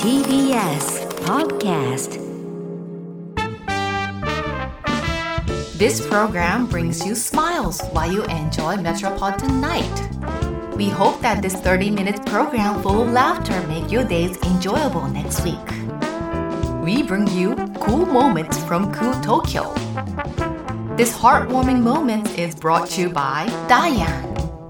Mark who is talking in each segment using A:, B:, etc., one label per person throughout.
A: TBS Podcast.
B: This program brings you smiles while you enjoy Metropolitan Night. We hope that this 30-minute program full of laughter make your days enjoyable next week. We bring you cool moments from cool Tokyo. This heartwarming moment is brought to you by Diane.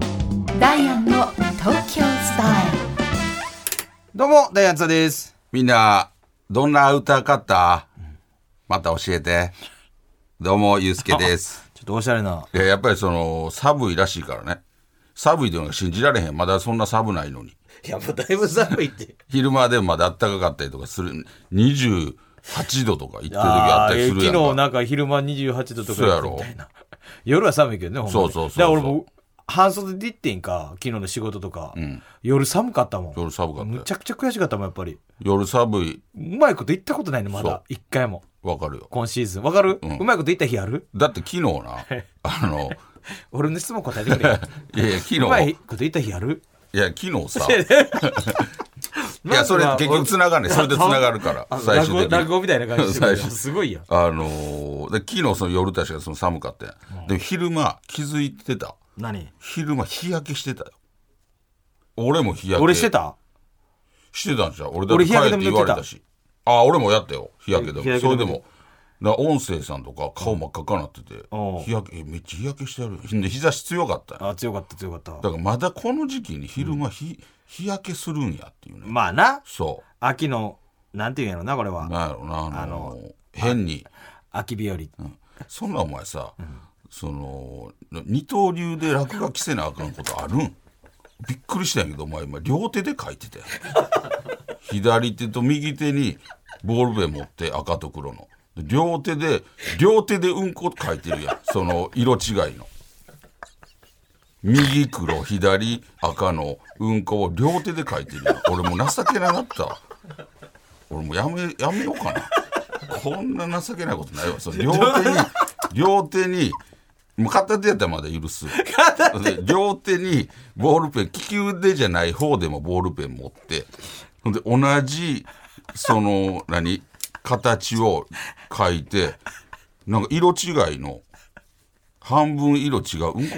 B: Diane の Tokyo Style。
C: どうもダイアンツァです。
D: みんなどんな歌かった？また教えて。どうもゆうすけです。
C: ちょっとおしゃれな。
D: やっぱりその寒いらしいからね。寒いというのが信じられへん。まだそんな寒ないのに。
C: いやもうだいぶ寒いって。
D: 昼間でもまだ暖かかったりとかする。28度とか言ってる時あったりするやんか。
C: 昨日なんか昼間28度とかみたいな。夜は寒いけどね。ほんまに
D: そう。
C: だから俺も半袖で行ってんか昨日の仕事とか、夜寒かったもん。
D: 夜寒かった。
C: むちゃくちゃ悔しかったもんやっぱり。
D: 夜寒い。
C: うまいこと言ったことないねまだ一回も。
D: わかるよ。
C: 今シーズンわかる、うまいこと言った日ある？
D: だって昨日な
C: 俺の質問答えてくれよ。
D: いや昨日
C: うまいこと言った日ある？
D: いや昨日さいやそれ結局つながんねそれでつながるから最終的に
C: 落語みたいな感じですごいやん。
D: で昨日その夜確かその寒かったやん、で昼間気づいてた？
C: 何？
D: 昼間日焼けしてたよ。俺も日焼け
C: 俺してた
D: んじゃん。俺だって帰って言われたし。俺もやったよ日焼けでも。それでも音声さんとか顔真っ赤っかなってて、日焼けめっちゃ日焼けしてやる。日差し強かったよ。
C: 強かっただ
D: からまだこの時期に昼間日焼けするんやっていうね。
C: まあな。
D: そう
C: 秋のなんていうんやろなこれは。
D: なんやろな変に
C: 秋日和、
D: そんなお前さ、その二刀流で落書きせなあかんことあるん？びっくりしたんやけどお前今両手で書いてたよ。左手と右手にボールペン持って赤と黒の両手でうんこ書いてるやん。その色違いの右黒左赤のうんこを両手で書いてるやん。俺もう情けなかったわ。俺もうやめようかな。こんな情けないことないわ。その両手にもう片手やったらまだ許す。両手にボールペン利き腕じゃない方でもボールペン持ってほんで同じその形を書いてなんか色違いの半分色違ううんこ書いて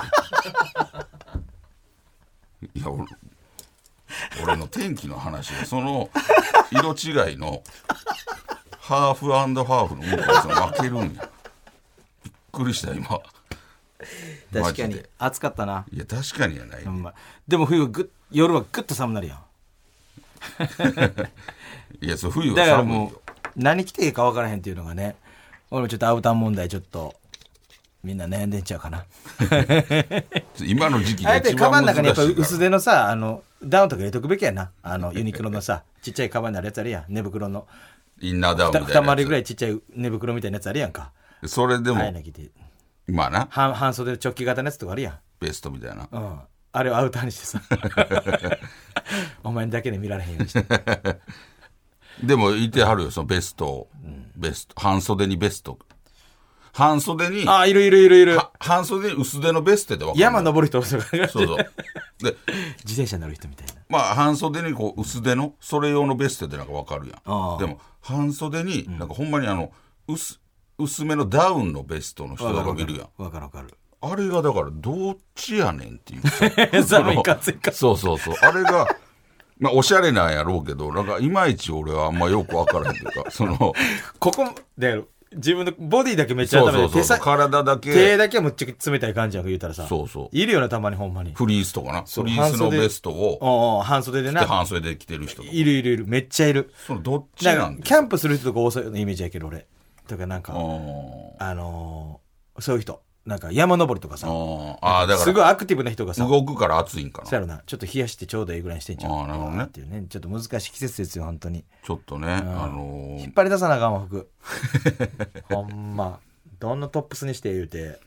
D: る。いや俺の天気の話がその色違いのハーフ&ハーフのうんこが分けるんや。びっくりした今。
C: 確かに暑かったな。
D: いや確かにやない、ね、
C: でも夜はぐっと寒なるやん。
D: いやそう冬は寒いよ。
C: だからもう何着ていいか分からへんっていうのがね。俺もちょっとアウター問題ちょっとみんな悩んでんちゃうかな。
D: 今の時期
C: が一番難しいから。あえてカバンの中にやっぱ薄手のさダウンとか入れとくべきやな。ユニクロのさちっちゃいカバンになるやつあるやん。寝袋の
D: インナーダウンみたいなやつ
C: 2回りぐらいちっちゃい寝袋みたいなやつあるやんか。
D: それでも今な
C: 半袖のチョッキ型のやつとかあるやん。
D: ベストみたいな、
C: あれをアウターにしてさお前だけで見られへんようにして
D: でもいてはるよそのベスト、半袖にベスト半袖に
C: いる
D: 半袖に薄手のベストで分かる。
C: 山登る人
D: そうで
C: 自転車乗る人みたい
D: な。半袖にこう薄手のそれ用のベストでなんか分かるやん。でも半袖になんかほんまに薄めのダウンのベストの人とかいるやん。
C: 分かる
D: あれがだからどっちやねんっていう
C: 寒いか暑いか。
D: そうあれがおしゃれなんやろうけどなんかいまいち俺はあんまよく分からへんというか
C: ここで自分のボディだけめっちゃ温めて
D: 体だけ
C: 手だけはむっちゃ冷たい感じやん言うたらさ。いるよなたまにほんまに
D: フリースとかな。フリースのベストを
C: 半袖で
D: 着てる人とか
C: いるめっちゃいる。
D: そのどっちなん
C: キャンプする人とか多そうなイメージやけど俺とかなんかそういう人なんか山登りとかさ
D: だから
C: すごいアクティブな人がさ
D: 動くから暑いんかな。
C: そうやろな。ちょっと冷やしてちょうどいいぐらいにしてんじゃん。
D: なるほどね。
C: っていうねちょっと難しい季節ですよ本当に。
D: ちょっとね
C: 引っ張り出さなあかんわ服。ほんまどんなトップスにして言うて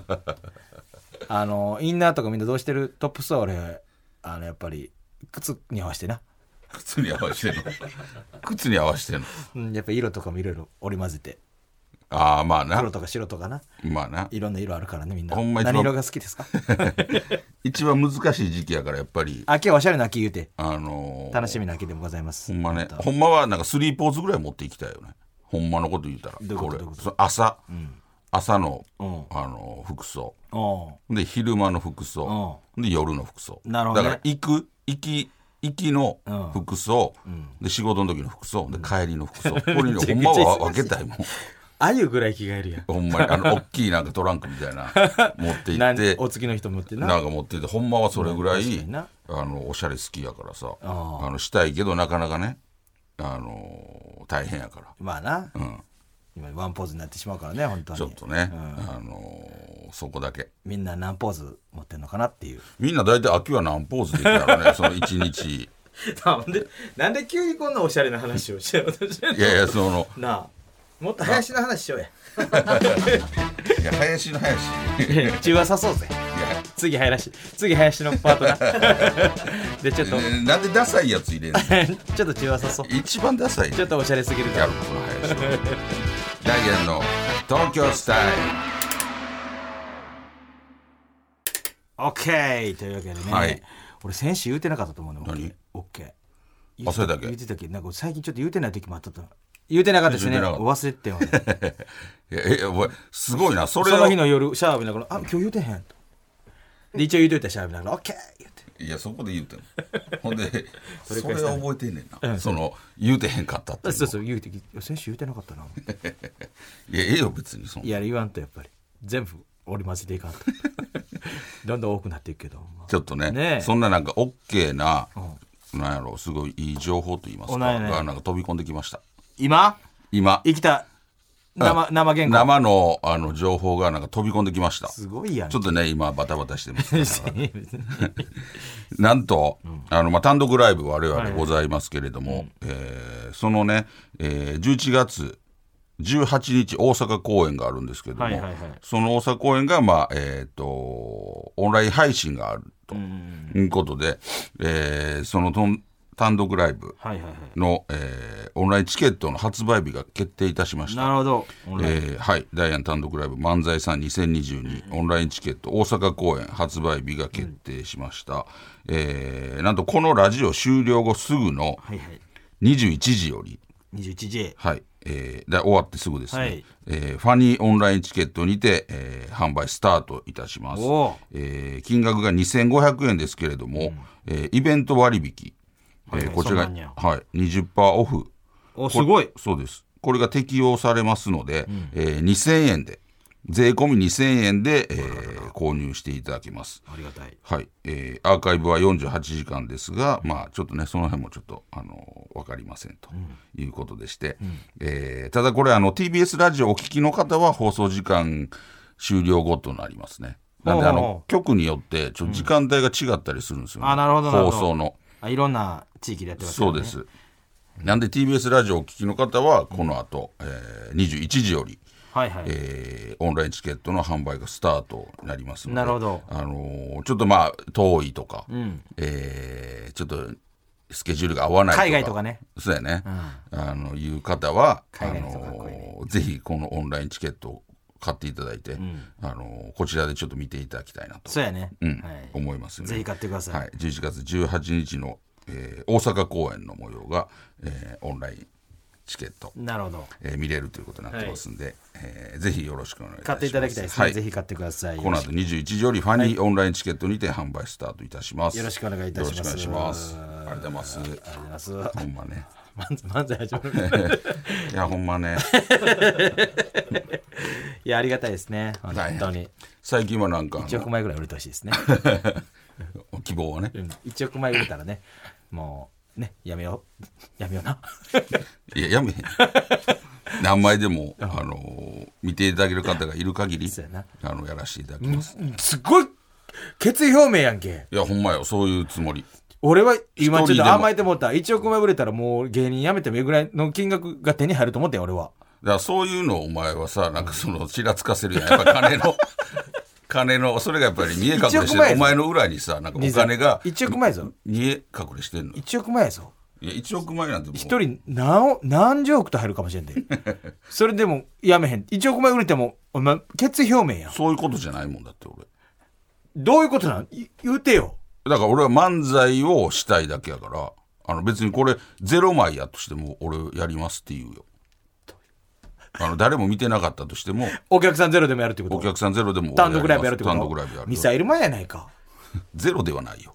C: インナーとかみんなどうしてる？トップスは俺やっぱり靴に合わせてな。
D: 靴に合わせてんの、やっぱ色とかもいろいろ織り交ぜてああまあな
C: 黒とか白とかな、
D: まあない
C: ろんな色あるからねみんな。
D: ほんま
C: 何色が好きですか？
D: 一番難しい時期やからやっぱり
C: 秋はおしゃれな秋言うて、
D: 楽
C: 楽しみな秋でもございます。
D: ほんまね、ほんまはなんか3ポーズぐらい持っていきたいよね。ほんまのこと言ったら
C: どういうこと
D: これ
C: どういうこと
D: そ朝、朝の、
C: うん
D: 服装
C: うん
D: で昼間の服装で夜の服装、
C: なるほどね
D: だから行きの服装、で仕事の時の服装で帰りの服装、これにほんまは分けたいもん。
C: あゆぐらい着替えるやん。
D: ほんまに大きいなんかトランクみたいな持って行って
C: お付きの人持って
D: なんか持ってて、ほんまはそれぐらい
C: 確かにな
D: おしゃれ好きやからさしたいけどなかなかね大変やから
C: まあな、今ワンポーズになってしまうからね本当に。
D: ちょっとね、そこだけ
C: みんな何ポーズ持ってんのかなっていう。
D: みんな大体秋は何ポーズできるやろねその一日
C: なんで急にこんなおしゃれな話をしようとしてんの？
D: いやいやその
C: なあ、もっと林の話しようや。
D: いや林の林
C: 中和さそうぜ。次林のパートナーでちょっと
D: なんでダサいやつ入れんの
C: ちょっと中和さそう。
D: 一番ダサい
C: ちょっとおしゃれすぎるから
D: ギャルプの林とダイアンの東京スタイル。
C: オッケーというわけでね、
D: はい
C: 俺先週言うてなかったと思うね。
D: 何
C: オッケー
D: あそれだけ
C: 言ってたっけ？なんか最近ちょっと言うてない時もあったと。言うてなかったですね。
D: 言うてなかった
C: 忘れてたよ。
D: いやおいすごいなそれ
C: そ
D: を
C: の日の夜シャワー浴びながら今日言うてへんと。で一応言うといたシャワー浴びながらオッケー言って。
D: いやそこで言うてんほんでそれ
C: それから
D: は覚えてんねんな、その言うてへんかったっていうの
C: そう言うて先週言うてなかったな。
D: いやええよ別にそん
C: いや言わんとやっぱり全部織り交ぜていかんとどんどん多くなっていくけど、
D: ちょっとね
C: ねえ
D: そんななんか OK な、なんやろすごいいい情報と言いますか
C: なんやね
D: がなんか飛び込んできました
C: 今
D: 今
C: 生きた生原稿
D: 生の情報がなんか飛び込んできました。
C: すごいやん。
D: ちょっとね今バタバタしてますからなんと、単独ライブ我々ございますけれども、そのね、11月18日大阪公演があるんですけども、その大阪公演がオンライン配信があるということで、その単独ライブの、オンラインチケットの発売日が決定いたしました。
C: なるほど。
D: はいダイアン単独ライブ漫才さん2022、オンラインチケット大阪公演発売日が決定しました。なんとこのラジオ終了後すぐの21時より
C: 21時
D: はいで終わってすぐですね、ファニーオンラインチケットにて、販売スタートいたします。金額が2500円ですけれども、イベント割引、こちらが、20% オフ。
C: すごい。
D: そうです。これが適用されますので、2000円で税込み2000円で、購入していただけます。
C: ありがたい。
D: はい、アーカイブは48時間ですが、ちょっとねその辺もちょっと分かりませんということでして、ただこれTBS ラジオお聞きの方は放送時間終了後となりますね。なんで局によってちょっと時間帯が違ったりするんですよね、
C: なるほどなるほど。
D: 放送の
C: いろんな地域でやってますよね。
D: そうです。なんで TBS ラジオお聞きの方はこの後、21時よりオンラインチケットの販売がスタートになりますので、
C: なるほど。
D: ちょっと遠いとか、ちょっとスケジュールが合わないとか
C: 海外とかね、
D: そうやね、いう方はぜひこのオンラインチケットを買っていただいて、こちらでちょっと見ていただきたいなと
C: そうやね、
D: 思いますので
C: ぜひ買ってください。
D: 11月18日の、大阪公演の模様が、オンラインチケット、
C: なるほど、
D: 見れるということになってますんで、ぜひよろしくお願いいたします。
C: 買っていただきたいですね、ぜひ買ってください。
D: この後21時よりファニーオンラインチケットにて販売スタートいたします。
C: よろしくお願いいたします。
D: よろしくお願いします。ありがとうございます。
C: ありがとうございます。
D: ほんまね。
C: 漫才始まる。
D: いやほんまね。
C: いやありがたいですね。本当に。
D: 最近はなんか
C: 1億枚ぐらい売れてほしいですね。
D: 希望はね。
C: 1億枚売れたらね、もうねやめような。
D: いややめへん。何枚でも見ていただける方がいる限りやらせていただきます。
C: すごい決意表明やんけ。
D: いやほんまよ、そういうつもり。
C: 俺は今ちょっと甘えてもった。1億枚売れたらもう芸人辞めてもいいぐらいの金額が手に入ると思ってん俺は。
D: だからそういうのをお前はさ、なんかちらつかせるやん。やっぱ金のそれがやっぱり見え隠れしてる。お前の裏にさ、なんかお金が
C: 1億枚ぞ。
D: 見え隠れしてんの。
C: 1億枚やぞ。
D: いや1億枚なんてもう
C: 一人何十億と入るかもしれんでそれでもやめへん。1億枚売れてもお前決意表明やん。
D: そういうことじゃないもんだって俺。
C: どういうことなん言うてよ。
D: だから俺は漫才をしたいだけやから別にこれ0枚やとしても俺やりますって言うよ。誰も見てなかったとしても
C: お客さんゼロでもやるってこと。
D: お客さんゼロでも
C: 単独ライブやるってこと。
D: 単独ライブやる。
C: ミサイル前やないか
D: ゼロではないよ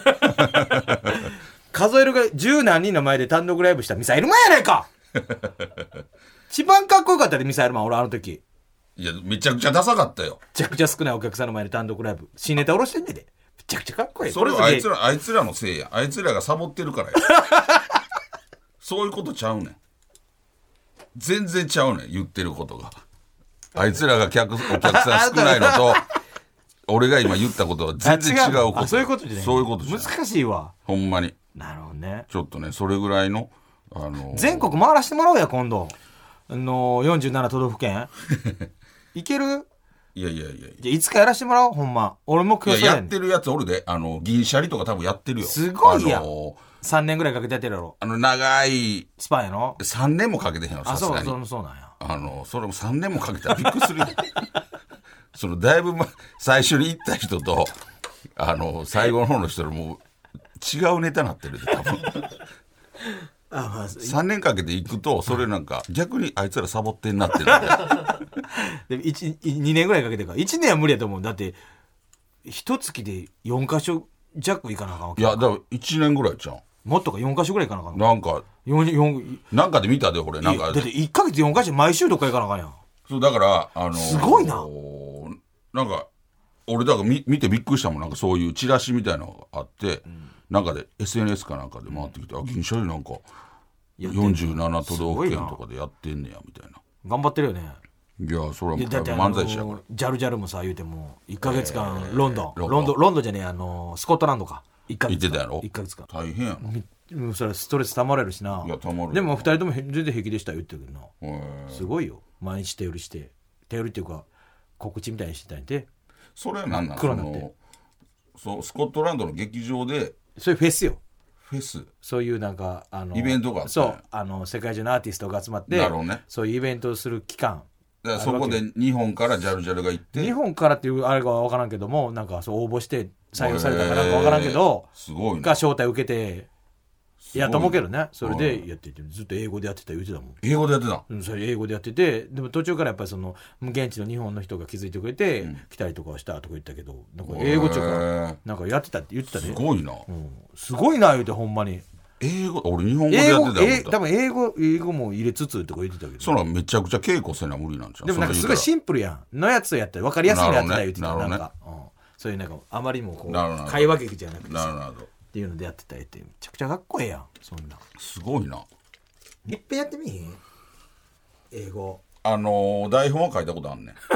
C: 数えるが10何人の前で単独ライブしたミサイル前やないか一番かっこよかったでミサイルマン俺あの時。
D: いやめちゃくちゃダサかったよ。
C: めちゃくちゃ少ないお客さんの前で単独ライブ新ネタ下ろしてんねんで。めちゃくちゃかっこいい。
D: それはあいつらのせいや。あいつらがサボってるからやそういうことちゃうねん。全然ちゃうねん言ってることが。あいつらがお客さん少ないのと俺が今言ったことは全然違うこと。
C: そういうことじゃない。
D: そういうことじゃない。
C: 難しいわ
D: ほんまに。
C: なるほどね。
D: ちょっとねそれぐらいの
C: 全国回らせてもらおうや今度。47都道府県いける。いやいつかやらせてもらおうほんま。俺も
D: いややってるやつおるで。銀シャリとか多分やってるよ。
C: すごいやん、3年ぐらいかけてやってるやろ。
D: 長い
C: スパンやろ。
D: 3年もかけてへんよさすがに。
C: そうなんや。
D: それも3年もかけたらびっくりするよだいぶ、最初に行った人と最後の方の人でもう違うネタなってるで多分3年かけて行くとそれなんか逆にあいつらサボってんなってる
C: で2年ぐらいかけてから1年は無理やと思う。だって一月で4カ所弱行かなあかんわけ。
D: いやだから1年ぐらいちゃう。
C: もっとか4カ所ぐらい行かなあかん。
D: なんかで見たで俺なんか。
C: だって1ヶ月4カ所毎週どっか行かなあかんやん。
D: そうだから
C: すごいな。
D: なんか俺だから見てびっくりしたもん。なんかそういうチラシみたいなのがあって、なんかで SNS かなんかで回ってきて、銀シャリなんか47都道府県とかでやってんねやみたいな。
C: 頑張ってるよね。
D: いやそれはもう
C: だって
D: 漫才師やから。
C: ジャルジャルもさ言うても1ヶ月間ロンドンじゃねえスコットランドか1ヶ月間
D: 行ってたやろ。
C: 1ヶ月間
D: 大変やな。
C: それストレスたまれるしな。
D: いやたまる。
C: でも2人とも全然平気でした言ってるけどな。すごいよ。毎日手売りっていうか告知みたいにしてたんやて。
D: それは何なの。スコットランドの劇場で
C: そういうフェスよ。
D: フェス
C: そういうなんか
D: イベントがあって、
C: そう世界中のアーティストが集まって、
D: なるほどね、
C: そういうイベントをする期間。
D: だからそこで日本からジャルジャルが行って、
C: 日本からっていうあれが分からんけども、なんかそう応募して採用されたかなんか分からんけど、
D: すごいな。
C: が招待受けてやと思うけどね。それでやっててずっと英語でやってた言ってたもん。
D: 英語でやってた。
C: それ英語でやってて、でも途中からやっぱりその現地の日本の人が気づいてくれて、来たりとかしたとか言ったけど、なんか英語とかなんかやってたって言ってたね。
D: すごいな、
C: すごいな言うて。ほんまに
D: 英語、俺日本語でやってた。
C: 多分英語も入れつつとか言ってたけど、
D: そらめちゃくちゃ稽古せな無理なんじゃん。
C: でもなんかすごいシンプルやんのやつをやって分かりやすいのやってた言ってた。なんか、そういうなんかあまりにもこう会話劇じゃなくてっていうのでやってたって、めちゃくちゃかっこええやん。そんな
D: すごいな。
C: いっぺんやってみひん英語。
D: 台本は書いたことあんねん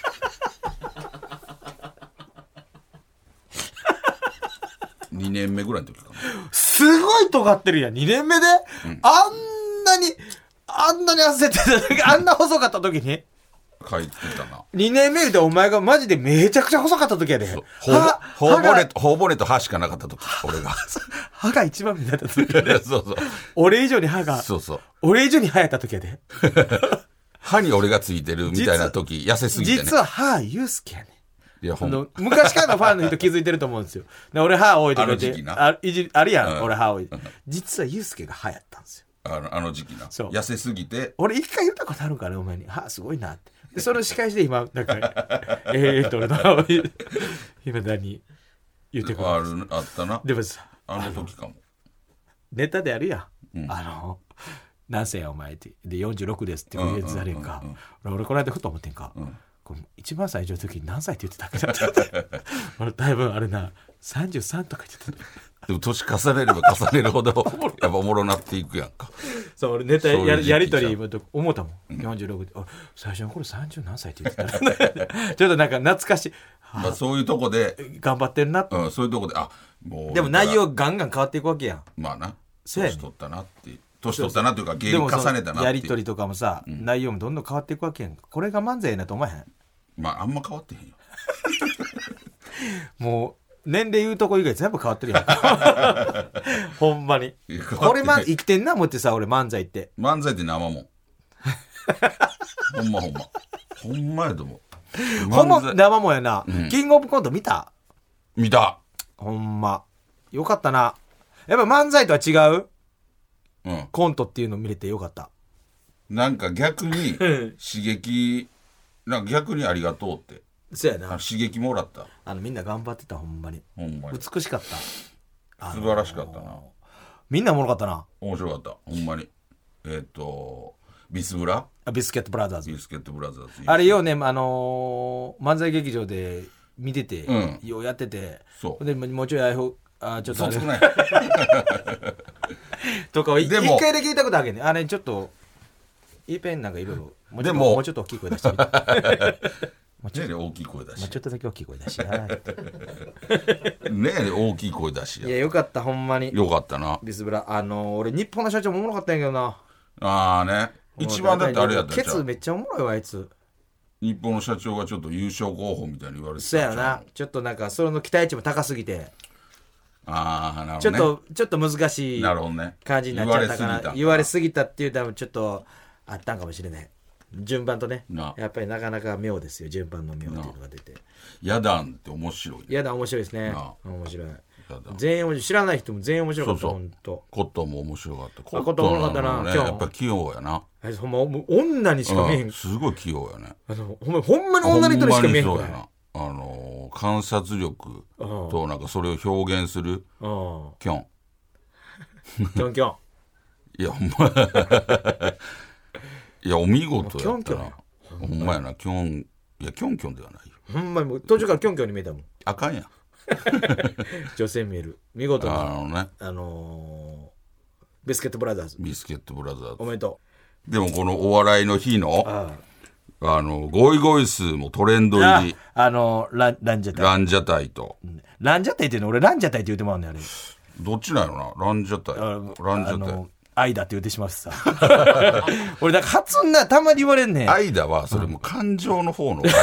D: 2年目ぐらいの時かな。
C: すごい尖ってるやん2年目で、あんなに焦ってた時、あんな細かった時に
D: 書いてたな。
C: 2年目でお前がマジでめちゃくちゃ細かった時やで。
D: 頬骨と歯しかなかった時、俺が
C: 歯が一番みたいな時やで
D: そう
C: 俺以上に歯が、俺以上に歯やった時やで
D: 歯に俺がついてるみたいな時、痩せすぎてね。
C: 実は歯ユースケやね。
D: いや
C: 昔からのファンの人気づいてると思うんですよ。で俺歯多いとか言って、あるやん、俺歯多い。実はユースケが歯やったんですよ。
D: あの時期な。痩せすぎて。
C: 俺一回言ったことあるから、お前に歯すごいなって。でその仕返しで今なんか俺の歯を今何言ってくる。
D: あったな。
C: でもさ、
D: あの時かも
C: ネタであるやん、何歳やお前ってで46ですって言うやつあれんか。俺この間ふと思ってんか、これ一番最初の時に何歳って言ってたっけなって俺多分あれな33とか言ってた。
D: でも年重ねれば重ねるほどやっぱおもろなっていくやんか。
C: そう俺ネタ やりとり思ったもん、46で最初の頃30何歳って言ってたちょっとなんか懐かしい、
D: そういうとこで
C: 頑張ってるなって、
D: そういうとこでもう
C: でも内容ガンガン変わっていくわけやん。
D: まあな、年取ったなって年取ったなというか芸人重ねたなって
C: やりとりとかもさ、内容もどんどん変わっていくわけやん。これが漫才やなと思えへん。
D: まああんま変わってへんよ
C: もう年齢言うとこ以外全部変わってるやんほんまにこれ生きてんな思ってさ俺漫才って
D: 生もんほんまやと思う
C: ほんま生もんやな、キングオブコント見たほんまよかったなやっぱ漫才とは違う、コントっていうの見れてよかった。
D: なんか逆に刺激なんか逆にありがとうって
C: そうやな
D: 刺激もらった
C: みんな頑張ってたほんまに美しかった、
D: 素晴らしかったな
C: みんなおもろかったな
D: 面白かったほんまにビスケットブラザーズ
C: あれよね漫才劇場で見てて、ようやってて
D: そう
C: でもうちょいちょっと
D: そう少ない
C: とか一回で聞いたことあるけどねあれちょっといいペンなんかいろいろもうちょっと大きい声出してみて
D: もうちょっと大きい声出し
C: ちょっとだけ大きい声出しな
D: ねえ大きい声出し
C: いやよかったほんまに
D: よかったな
C: ビスブラ俺日本の社長もおもろかったんやけどな
D: ああね一番だってあれやった
C: ケツめっちゃおもろいわあいつ
D: 日本の社長がちょっと優勝候補みたいに言われてた
C: そうやなちょっとなんかそれの期待値も高すぎて
D: ああなるほどね
C: ちょっと難しい感じになっちゃったから言われすぎたっていう多分ちょっとあったんかもしれない順番とねやっぱりなかなか妙ですよ順番の妙っていうのが出て
D: ヤダンって面白い
C: ヤダン面白いですね面白い全員面白い知らない人も全員面白かったほんと
D: コットンも面白かった
C: コットン面白かったな
D: 今日やっぱ器用やな
C: ほんま女にしか見えへん
D: すごい器用やね
C: ほんまに女の人にしか見えへん
D: そうやな観察力となんかそれを表現するキョンいやほんまいやお見事やったなほんまやなキョンいやキョンではないよ
C: ほんまに途中からキョンに見えたもん
D: あかんやん
C: 女性見える見事
D: な
C: ビスケットブラザーズおめでと
D: うでもこのお笑いの日のゴイゴイスーもトレンド入り
C: ランジャタイ
D: と
C: ランジャタイっていうの俺ランジャタイって言うてもらうねんあれ
D: どっちなんやろなランジャタイ
C: 愛だって言ってしまってさ俺だから発音たまに言われんねん
D: 愛だはそれも感情の方の愛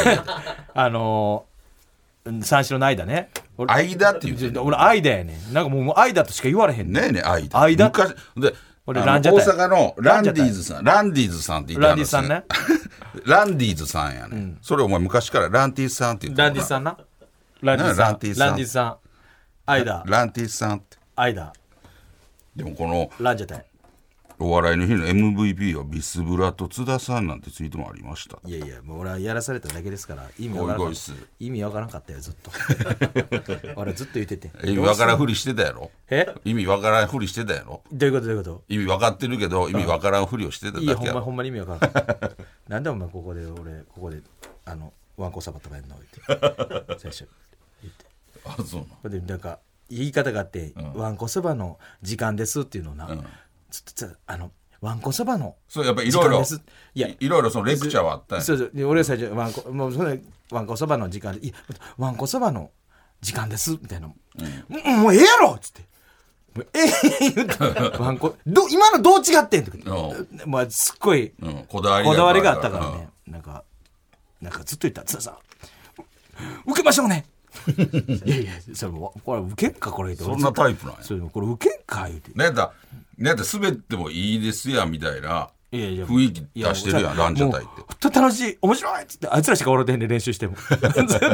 C: 三四郎の愛だね
D: 愛だって言うて
C: 俺愛だやねんなんかもう愛だとしか言われへん
D: ねえねえ
C: 愛だ
D: 昔で
C: 俺
D: 大阪のランディーズさんって言って
C: ランディーズさんね
D: ランディーズさんやね、それお前昔からランディーズさんって言って
C: ランディーズさんなランディーズさん愛だ
D: ランディーズさんって
C: 愛だ
D: でもこの
C: ランジャタイ
D: お笑いの日の MVP はビスブラと津田さんなんてツイートもありました。
C: いやもう俺はやらされただけですから意味わからんかったよずっと俺ずっと言ってて
D: 意味わからんふりしてたやろ意味わからんふりしてたやろ
C: どういうこと
D: 意味わかってるけど意味わからんふりをしてただけやろ
C: いやほんまに意味わからんなんでお前ここでワンコサバとかやんのって最初言って
D: あそうな
C: のでなんか言い方があって、ワンコそばの時間ですっていうのをな、ワンコそばの
D: そうやっぱいろいろそのレクチャーはあったんや
C: そう俺は最初ワンコそばの時間でワンコそばの時間ですみたいな、もうええやろっつって言ってワンコ今のどう違ってんってまあすっごい、
D: こだ
C: わりがあったからね、なんかずっと言った津田さん受けましょうねいやそれこれ受けんかこれ
D: そんなタイプなんや
C: それこれ受けんか言うて
D: なんだ滑ってもいいですやみたいな雰囲気出してるやんランジャタイって
C: ほんと楽しい面白いっつってあいつらしか笑ってへんねん練習してもずっと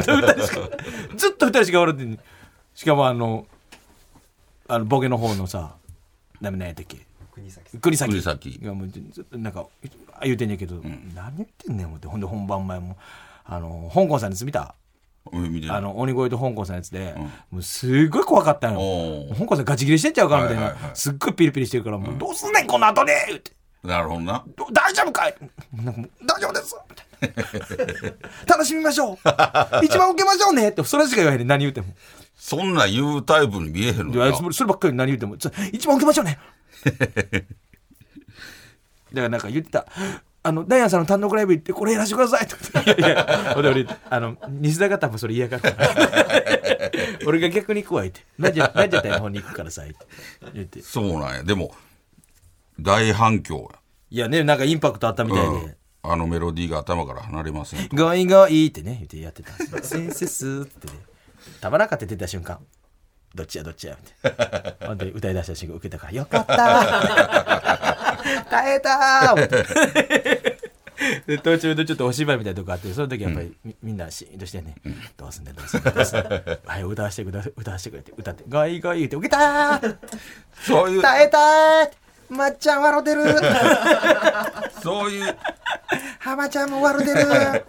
C: 2人しか笑ってんねんしかもボケの方のさ何やったっけ国崎がもうずっとなんか言うてんねんけど、何言ってんねん思ってほんで本番前も香港さんのやつ見た鬼越と香港さんのやつで、もうすごい怖かったのよ香港さんガチ切れしてんちゃうからみたいな、すっごいピリピリしてるから、もうどうすんねんこの後で言って
D: なるほどな
C: 大丈夫かいなんかもう大丈夫ですみたいな楽しみましょう一番受けましょうねってそれしか言わへんねん何言うても
D: そんな言うタイプに見えへんの
C: よそればっかり何言うても一番受けましょうねだからなんか言ってたダイアンさんの単独ライブ行ってこれやらせてくださいっていや俺西田が多分それ嫌がるから俺が逆に加えてなんじゃたいの方に行くからさって言って
D: そうなんやでも大反響や
C: いやねなんかインパクトあったみたいで、
D: メロディーが頭から離れません
C: ゴイゴイってね言ってやってたんです先生すーってねたまらんかって出た瞬間どっちやみたいなほんで歌い出した瞬間受けたからよかったー耐えたー思ってで途中でちょっとお芝居みたいなとこあってその時やっぱり、みんなシーンとしてね、どうすんねんはい歌わせてくれって歌ってガイガイ言って受けたー
D: そういう
C: 耐えたーまっちゃん笑うてる
D: そういう
C: 浜ちゃんも笑うて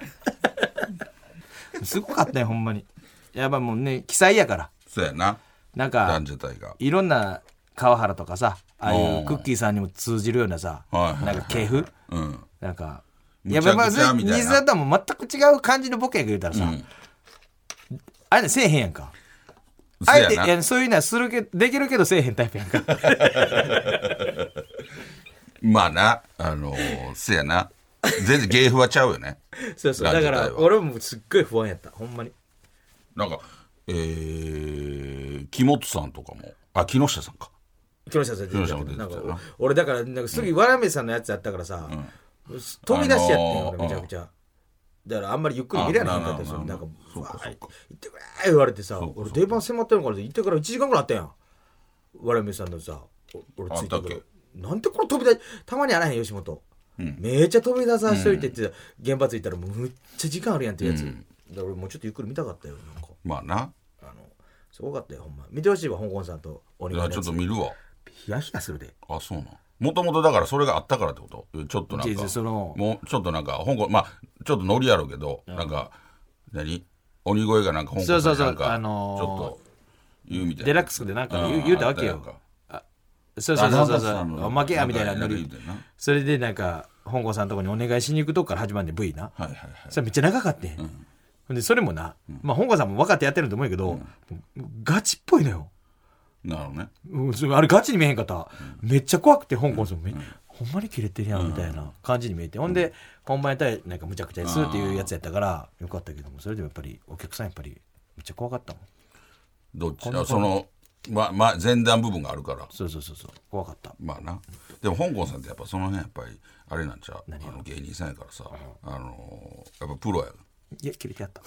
C: るすごかったよほんまにやっぱもうね奇才やから
D: そうやな
C: なんか
D: 男女体が
C: いろんな川原とかさああいうクッキーさんにも通じるようなさ
D: はい
C: なんか系譜なんかいや
D: むちゃくちゃみたいな
C: 水だとも全く違う感じのボケが言うたらさ、あれねせえへんやんかあえていやそういうのはするけできるけどせえへんタイプやんか
D: まあなせやな全然芸風はちゃうよね
C: そうだから俺もすっごい不安やったほんまに
D: なんか木本さんとかも木下さんか
C: 木下さん
D: 木下も出てた
C: なん
D: な
C: か俺だからなんかすぐわらめさんのやつやったからさ、飛び出しやってん俺めちゃくちゃだからあんまりゆっくり見れなかったですよなんか
D: そうかそうか
C: 行ってくれ言われてさ俺出番迫ってるから行ってから1時間ぐらいあったやんわらめさんのさ俺ついてからなんでこれ飛び出したまにあらへん吉本、めっちゃ飛び出さしといてって現場着いたらもうむっちゃ時間あるやんってやつ、だから俺もうちょっとゆっくり見たかったよなんか
D: まあな
C: すごかったよほんま見てほしいわ香港さんと鬼のやつ
D: ちょっと見るわ
C: ヒヤヒヤするで
D: そうなんもともとだからそれがあったからってことちょっとなんかもうちょっとなんか香港ちょっとノリやろうけど、なんか何鬼越がなんか香港さんなんかちょっと言うみたいな
C: デラックスでなんか言うたわけよそうおまけやみたいなノリそれでなんか香港さんのとこにお願いしに行くとこから始まるんで V な、それめっちゃ長かったん、でそれもな、香港さんも分かってやってると思うけど、ガチっぽいのよ
D: なるほどね、
C: あれガチに見えへんかった、めっちゃ怖くて香港さんも、ほんまにキレてるやんみたいな感じに見えて、ほんで本番やったらなんかむちゃくちゃですっていうやつやったからよかったけども、それでもやっぱりお客さんやっぱりめっちゃ怖かったもん。
D: どっちその前段部分があるから
C: そう怖かった。
D: まあなでも香港さんってやっぱその辺やっぱりあれなんちゃう芸人さんやからさ、やっぱプロや。
C: いや切れてやった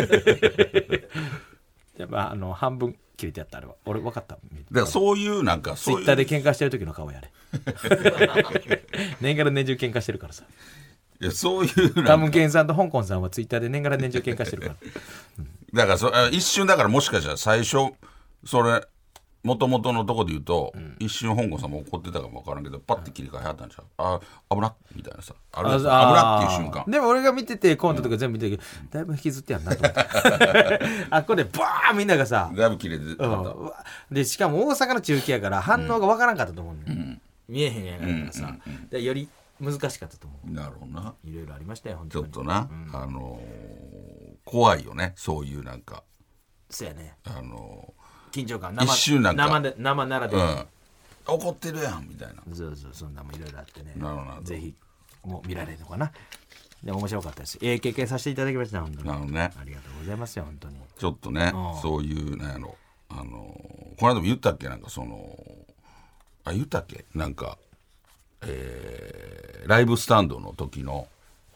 C: やっぱ半分切れてやったあれは俺分かった。だ
D: からそういうなんか
C: ツイッターで喧嘩してる時の顔やれ年がら年中喧嘩してるからさ。
D: いやそういう
C: タムケンさんと香港さんはツイッターで年がら年中喧嘩してるから、
D: だから一瞬だからもしかしたら最初それもともとのとこで言うと、一瞬香港さんも怒ってたかも分からんけどパッて切り替えはったんちゃう危なみたいなさ危なっていう瞬間
C: でも俺が見ててコントとか全部見てるけど、だいぶ引きずってやんなと思ってあっこでバーンみんながさ
D: だいぶ切れてた、
C: でしかも大阪の中継やから反応が分からんかったと思うね、見えへんやからさ、でより難しかったと思う。
D: なるほどな。
C: いろいろありましたよ本当に。
D: ちょっとな、怖いよねそういうなんか
C: そうやね緊張感
D: 一瞬なんか
C: 生ならでは、
D: 怒ってるやんみたいな。
C: そうそんなもいろいろあってね。
D: なるほど
C: ぜひもう見られるのかな。でも面白かったです。経験させていただきました本当に。
D: なるほどね。
C: ありがとうございますよ本当に。
D: ちょっとね、そういうなんやろこの間も言ったっけなんか言ったっけなんかライブスタンドの時の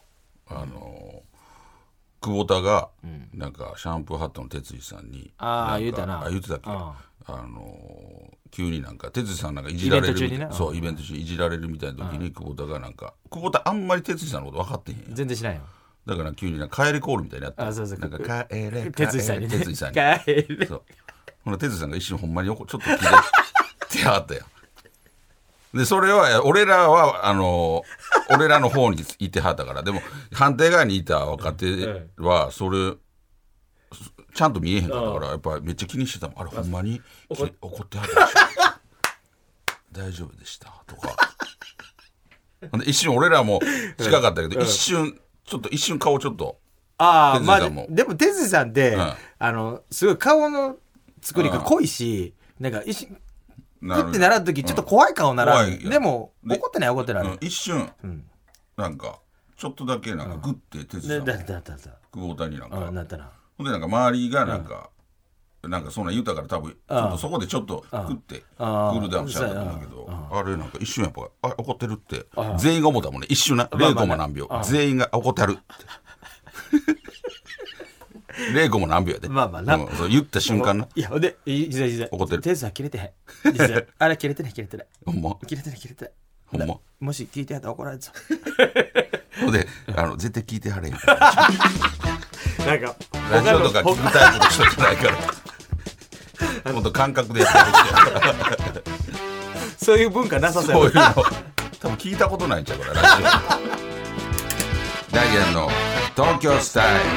D: 久保田がなんかシャンプーハットの哲司さんに
C: 言ってたっけ
D: 急になんか哲司さんなんかいじられるみたいな、
C: そう
D: イベント中いじられるみたいな時に久保田がなんか久保田あんまり哲司さんのこと分かってへんやん。
C: 全然しないよ。
D: だから急になんか帰りコールみたいにやってなんか帰れ
C: 哲司さんに
D: 哲司さんに
C: 帰れ
D: そうほな哲司さんが一瞬ほんまにちょっと切れてはったよ。でそれは俺らの方にいてはったから。でも反対側にいた若手はそれちゃんと見えへんかったからやっぱめっちゃ気にしてたもん。あれほんまに怒ってはったでしょ大丈夫でしたとかで一瞬俺らも近かったけど、一瞬顔ちょっと
C: でも哲司さんってすごい顔の作りが濃いし、なんか一瞬グッて習う時ちょっと怖い顔ならでも怒ってない
D: 一瞬なんかちょっとだけなんかグッて哲司さん久保田になんかほんでなんか周りがなんかそんな言うたから多分ちょっとそこでちょっとグッてクールダウンしちゃったんだけど、あれなんか一瞬やっぱ怒ってるって全員が思ったもんね。一瞬な0コマ何秒全員が怒ってるって 0個も何秒やで。
C: まあまあな
D: そう言った瞬間な。
C: いやほんでいざ
D: 怒ってる
C: テンスは切れてへん実はあれ切れてない
D: ほんま
C: 切れてない
D: ほんま
C: もし聞いてやったら怒られるぞ
D: ほんで絶対聞いてはれへんから
C: なんか
D: ラジオとか聞くタイプの人じゃないからほんと感覚でやってる人やから
C: そういう文化なさそう
D: そういう
C: や
D: の多分聞いたことないんちゃうからラジオダイアンの東京スタイル。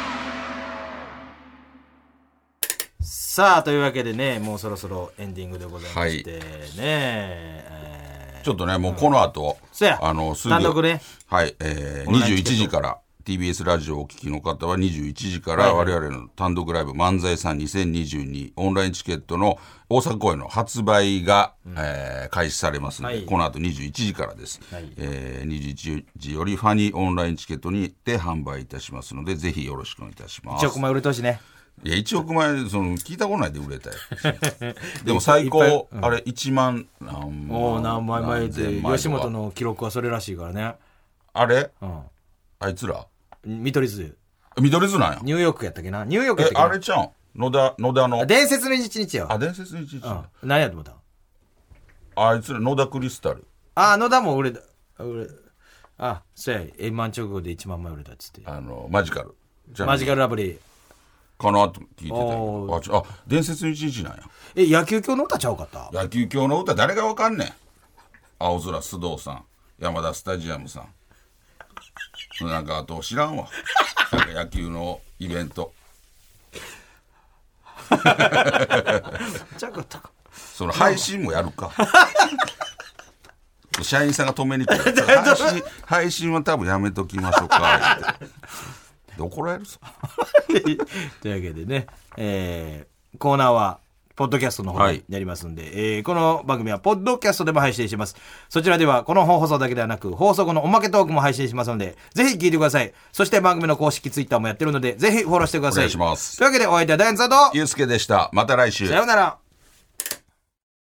C: さあというわけでねもうそろそろエンディングでございましてね、
D: ちょっとねもうこの後、
C: そや
D: すぐ
C: 単独ね
D: はい21時から TBS ラジオをお聞きの方は21時から我々の単独ライブ漫才さん2022オンラインチケットの大阪公演の発売が、開始されますので、
C: はい
D: この後21時からです、
C: はい
D: 21時よりファニーオンラインチケットにて販売いたしますのでぜひよろしくお願いいたします。
C: 1億枚売れてほしいね。
D: いや1億枚聞いたことないで売れたよでも最高、あれ1万
C: 何枚前で
D: 何千枚とか
C: 吉本の記録はそれらしいからね。
D: あれ、
C: うん
D: あいつら
C: 見取り図
D: 緑図なんや。
C: ニューヨークやったっけなニューヨークやったっけな
D: あれちゃん野田の
C: 伝説の一日やわ。
D: 伝説の一日、
C: 何やと思った
D: あいつら野田クリスタル
C: 野田も売れたそうやM1直後で1万枚売れたっつって
D: マジカルじゃあ
C: マジカルラブリー
D: かなと聞いてたよ。伝説の一日なんや。
C: 野球教の歌ちゃうかった。
D: 野球教の歌誰がわかんねん。青空須藤さん山田スタジアムさんなんかあと知らんわなんか野球のイベント
C: ちゃうかったか。
D: その配信もやるか社員さんが止めに来る配信は多分やめときましょうかで怒られるぞ
C: というわけでね、コーナーはポッドキャストの方でやりますんで、この番組はポッドキャストでも配信します。そちらではこの放送だけではなく放送後のおまけトークも配信しますのでぜひ聞いてください。そして番組の公式ツイッターもやってるのでぜひフォローしてください。
D: お願いします。
C: というわけでお相手はダイアンツァと
D: ゆうすけでした。また来週。
C: さようなら。